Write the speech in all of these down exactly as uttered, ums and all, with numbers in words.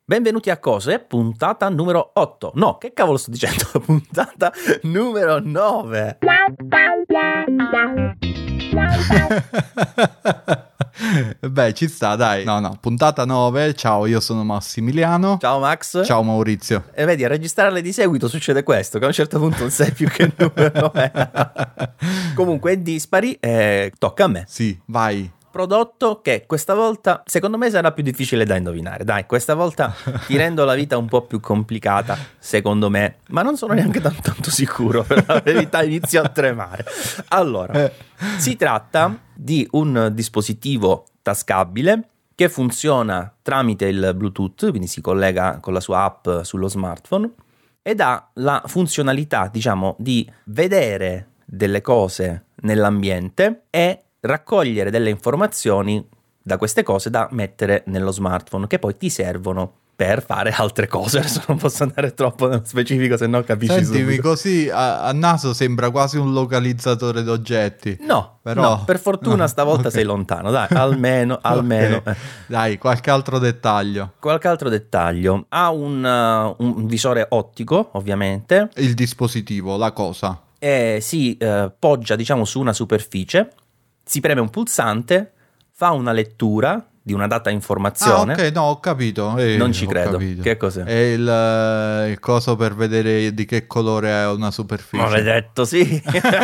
Benvenuti a Cose, puntata numero otto. No, che cavolo sto dicendo? Puntata numero nove. Beh, ci sta, dai. No, no, puntata nove. Ciao, io sono Massimiliano. Ciao Max. Ciao Maurizio. E vedi, a registrarle di seguito succede questo, che a un certo punto non sai più che numero è. Comunque è dispari e tocca a me. Sì, vai. Prodotto che questa volta secondo me sarà più difficile da indovinare. Dai, questa volta ti rendo la vita un po' più complicata, secondo me, ma non sono neanche tanto, tanto sicuro, per la verità inizio a tremare. Allora, si tratta di un dispositivo tascabile che funziona tramite il Bluetooth, quindi si collega con la sua app sullo smartphone ed ha la funzionalità, diciamo, di vedere delle cose nell'ambiente e raccogliere delle informazioni da queste cose da mettere nello smartphone, che poi ti servono per fare altre cose. Adesso non posso andare troppo nello specifico, se no capisci. Sentimi, subito. Così a, a naso sembra quasi un localizzatore d'oggetti. No, però no, per fortuna no, stavolta okay. sei lontano, dai, almeno, almeno. Okay. Dai, qualche altro dettaglio. Qualche altro dettaglio. Ha un, uh, un visore ottico, ovviamente. Il dispositivo, la cosa. E si uh, poggia, diciamo, su una superficie. Si preme un pulsante, fa una lettura di una data informazione. Ah, ok, no, ho capito. Eh, non ci ho credo. Capito. Che cos'è? È il, il coso per vedere di che colore è una superficie. Maledetto, sì.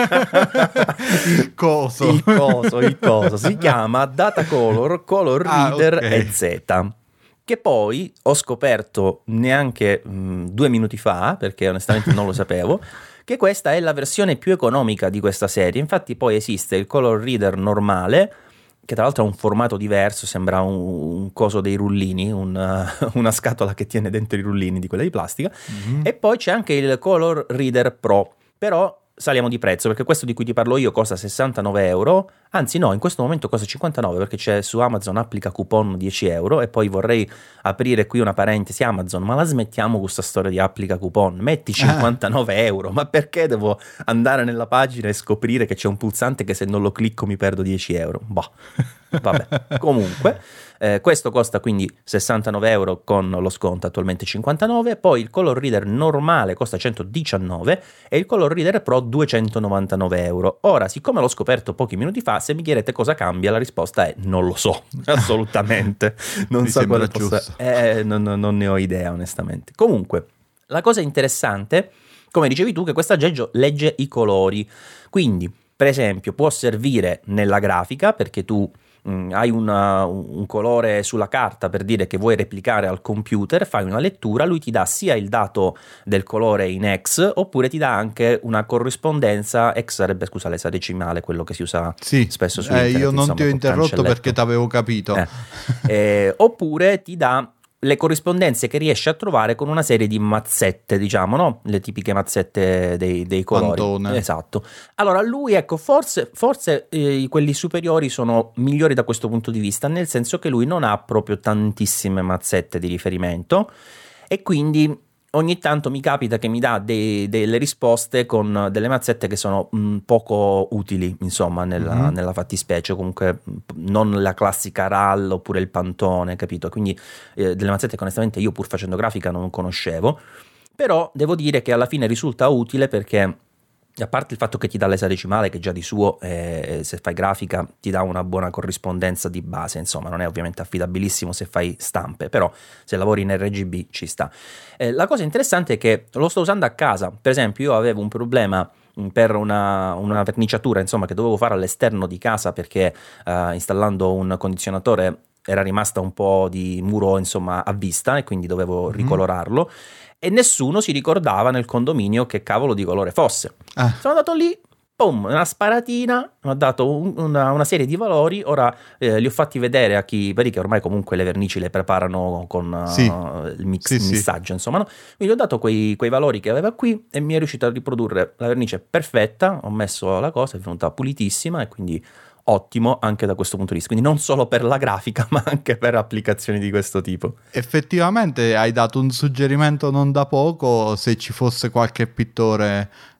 Il coso. Il coso, il coso. Si chiama Data Color, Color Reader ah, okay. E Z. Che poi ho scoperto neanche mh, due minuti fa, perché onestamente non lo sapevo, che questa è la versione più economica di questa serie. Infatti poi esiste il Color Reader normale, che tra l'altro ha un formato diverso, sembra un, un coso dei rullini, un, una scatola che tiene dentro i rullini di quella di plastica, mm-hmm. E poi c'è anche il Color Reader Pro, però saliamo di prezzo, perché questo di cui ti parlo io costa sessantanove euro, anzi no, in questo momento costa cinquantanove, perché c'è su Amazon applica coupon dieci euro. E poi vorrei aprire qui una parentesi: Amazon, ma la smettiamo con questa storia di applica coupon? Metti cinquantanove ah. euro, ma perché devo andare nella pagina e scoprire che c'è un pulsante che se non lo clicco mi perdo dieci euro? Boh, vabbè. Comunque eh, questo costa quindi sessantanove euro con lo sconto attualmente cinquantanove, poi il Color Reader normale costa centodiciannove e il Color Reader Pro duecentonovantanove euro. Ora, siccome l'ho scoperto pochi minuti fa, se mi chiedete cosa cambia, la risposta è non lo so, assolutamente. Non mi so quale possa... possa... eh, non, non ne ho idea, onestamente. Comunque, la cosa interessante, come dicevi tu, che questo aggeggio legge i colori. Quindi, per esempio, può servire nella grafica, perché tu mh, hai una, un colore sulla carta per dire che vuoi replicare al computer, fai una lettura, lui ti dà sia il dato del colore in X, oppure ti dà anche una corrispondenza. X sarebbe, scusa, l'esadecimale, quello che si usa sì, spesso su eh, internet. io non insomma, ti ho interrotto perché ti avevo capito. Eh. Eh, oppure ti dà le corrispondenze che riesci a trovare con una serie di mazzette, diciamo, no? Le tipiche mazzette dei, dei colori. Pantone. Esatto. Allora lui, ecco, forse, forse eh, quelli superiori sono migliori da questo punto di vista, nel senso che lui non ha proprio tantissime mazzette di riferimento e quindi ogni tanto mi capita che mi dà dei, delle risposte con delle mazzette che sono mh, poco utili, insomma, nella, mm-hmm. nella fattispecie, comunque non la classica R A L oppure il Pantone, capito? Quindi eh, delle mazzette che onestamente io, pur facendo grafica, non conoscevo, però devo dire che alla fine risulta utile, perché a parte il fatto che ti dà l'esadecimale, che già di suo eh, se fai grafica ti dà una buona corrispondenza di base, insomma non è ovviamente affidabilissimo se fai stampe, però se lavori in R G B ci sta. Eh, la cosa interessante è che lo sto usando a casa. Per esempio, io avevo un problema per una, una verniciatura, insomma, che dovevo fare all'esterno di casa, perché eh, installando un condizionatore era rimasta un po' di muro, insomma, a vista, e quindi dovevo mm-hmm. ricolorarlo. E nessuno si ricordava nel condominio che cavolo di colore fosse. Ah. Sono andato lì, boom, una sparatina, mi ha dato un, una, una serie di valori. Ora eh, li ho fatti vedere a chi, vedi che ormai comunque le vernici le preparano con sì. uh, il, mix, sì, il missaggio, sì. insomma, no? Quindi gli ho dato quei, quei valori che aveva qui e mi è riuscito a riprodurre la vernice perfetta. Ho messo la cosa, è venuta pulitissima e quindi ottimo anche da questo punto di vista, quindi non solo per la grafica ma anche per applicazioni di questo tipo. Effettivamente hai dato un suggerimento non da poco: se ci fosse qualche pittore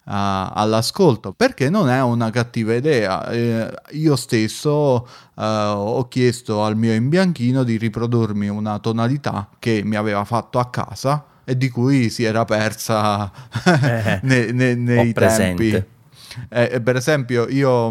all'ascolto, perché non è una cattiva idea. Eh, io stesso eh, ho chiesto al mio imbianchino di riprodurmi una tonalità che mi aveva fatto a casa e di cui si era persa eh, ne, ne, nei tempi. Eh, per esempio io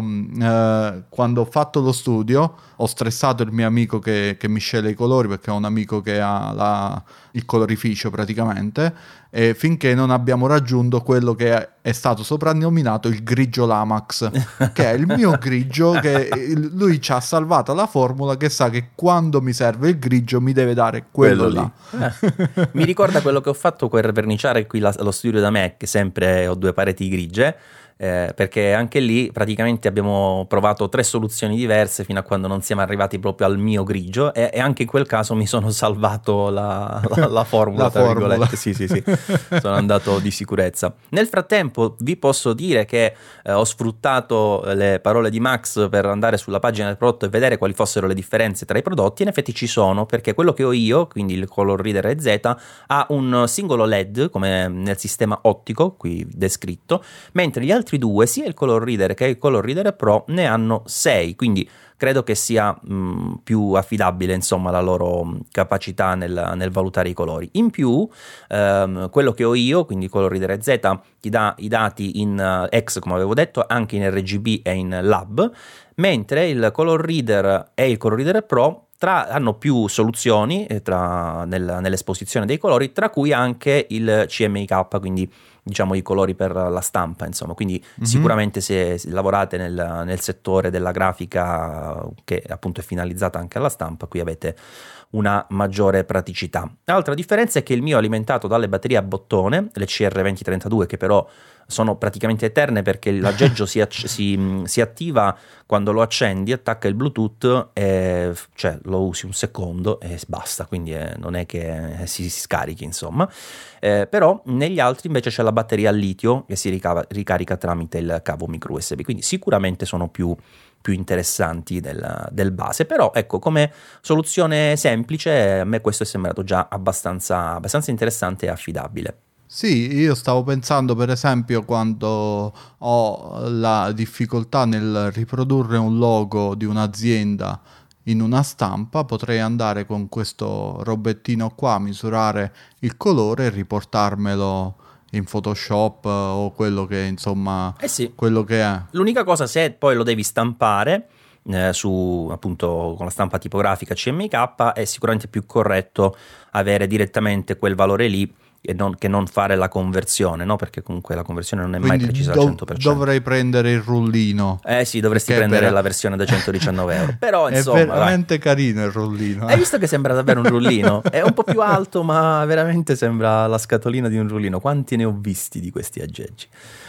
eh, quando ho fatto lo studio ho stressato il mio amico che, che mi sceglie i colori, perché ho un amico che ha la, il colorificio praticamente, e finché non abbiamo raggiunto quello che è, è stato soprannominato il grigio Lamax, che è il mio grigio, che lui ci ha salvato la formula, che sa che quando mi serve il grigio mi deve dare quello, quello là. Eh. Mi ricorda quello che ho fatto per verniciare qui la, lo studio da me, che sempre ho due pareti grigie. Eh, perché anche lì praticamente abbiamo provato tre soluzioni diverse fino a quando non siamo arrivati proprio al mio grigio, e, e anche in quel caso mi sono salvato la, la, la formula, la tra formula. virgolette. Sì, sì, sì. Sono andato di sicurezza. Nel frattempo vi posso dire che eh, ho sfruttato le parole di Max per andare sulla pagina del prodotto e vedere quali fossero le differenze tra i prodotti. In effetti ci sono, perché quello che ho io, quindi il Color Reader E Z, ha un singolo L E D come nel sistema ottico qui descritto, mentre gli altri due, sia il Color Reader che il Color Reader Pro, ne hanno sei, quindi credo che sia mh, più affidabile, insomma, la loro capacità nel, nel valutare i colori. In più ehm, quello che ho io, quindi il Color Reader E Z, ti dà i dati in uh, X, come avevo detto, anche in R G B e in Lab, mentre il Color Reader e il Color Reader Pro Tra, hanno più soluzioni tra, nel, nell'esposizione dei colori, tra cui anche il C M Y K, quindi diciamo i colori per la stampa, insomma. Quindi mm-hmm. sicuramente se, se lavorate nel, nel settore della grafica, che appunto è finalizzata anche alla stampa, qui avete una maggiore praticità. L'altra differenza è che il mio è alimentato dalle batterie a bottone, le C R venti trentadue, che però sono praticamente eterne, perché l'aggeggio si, si, si attiva quando lo accendi, attacca il Bluetooth e cioè lo usi un secondo e basta, quindi eh, non è che si, si scarichi, insomma. Eh, però negli altri invece c'è la batteria al litio che si ricava, ricarica tramite il cavo micro U S B, quindi sicuramente sono più più interessanti del, del base. Però ecco, come soluzione semplice a me questo è sembrato già abbastanza, abbastanza interessante e affidabile. Sì, io stavo pensando per esempio quando ho la difficoltà nel riprodurre un logo di un'azienda in una stampa, potrei andare con questo robettino qua, misurare il colore e riportarmelo in Photoshop o quello che insomma eh sì. quello che è. L'unica cosa, se poi lo devi stampare eh, su appunto con la stampa tipografica C M Y K, è sicuramente più corretto avere direttamente quel valore lì e non, che non fare la conversione, no? Perché comunque la conversione non è Quindi mai precisa do- al cento per cento. Dovrei prendere il rullino. Eh sì, dovresti prendere per... la versione da centodiciannove euro. Però insomma, è veramente vai. Carino il rullino. Hai visto che sembra davvero un rullino? È un po' più alto, ma veramente sembra la scatolina di un rullino. Quanti ne ho visti di questi aggeggi?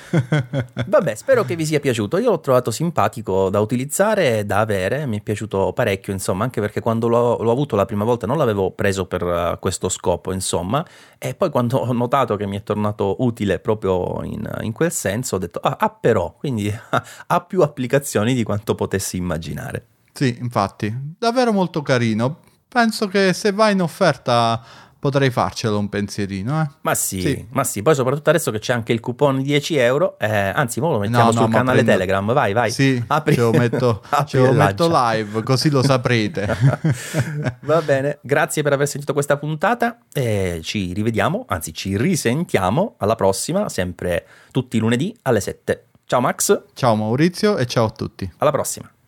Vabbè, spero che vi sia piaciuto. Io l'ho trovato simpatico da utilizzare e da avere, mi è piaciuto parecchio, insomma, anche perché quando l'ho, l'ho avuto la prima volta non l'avevo preso per uh, questo scopo, insomma, e poi quando ho notato che mi è tornato utile proprio in, in quel senso ho detto ah, ah però, quindi ah, ha più applicazioni di quanto potessi immaginare. Sì, infatti, davvero molto carino. Penso che se va in offerta potrei farcelo un pensierino, eh? Ma sì, sì, ma sì, poi soprattutto adesso che c'è anche il coupon di dieci euro, eh, anzi, mo lo mettiamo no, sul no, canale prendo... Telegram, vai, vai. Sì, apri... ce lo metto, ce lo metto live, così lo saprete. Va bene, grazie per aver sentito questa puntata e ci rivediamo, anzi ci risentiamo alla prossima, sempre tutti i lunedì alle sette. Ciao Max. Ciao Maurizio e ciao a tutti. Alla prossima.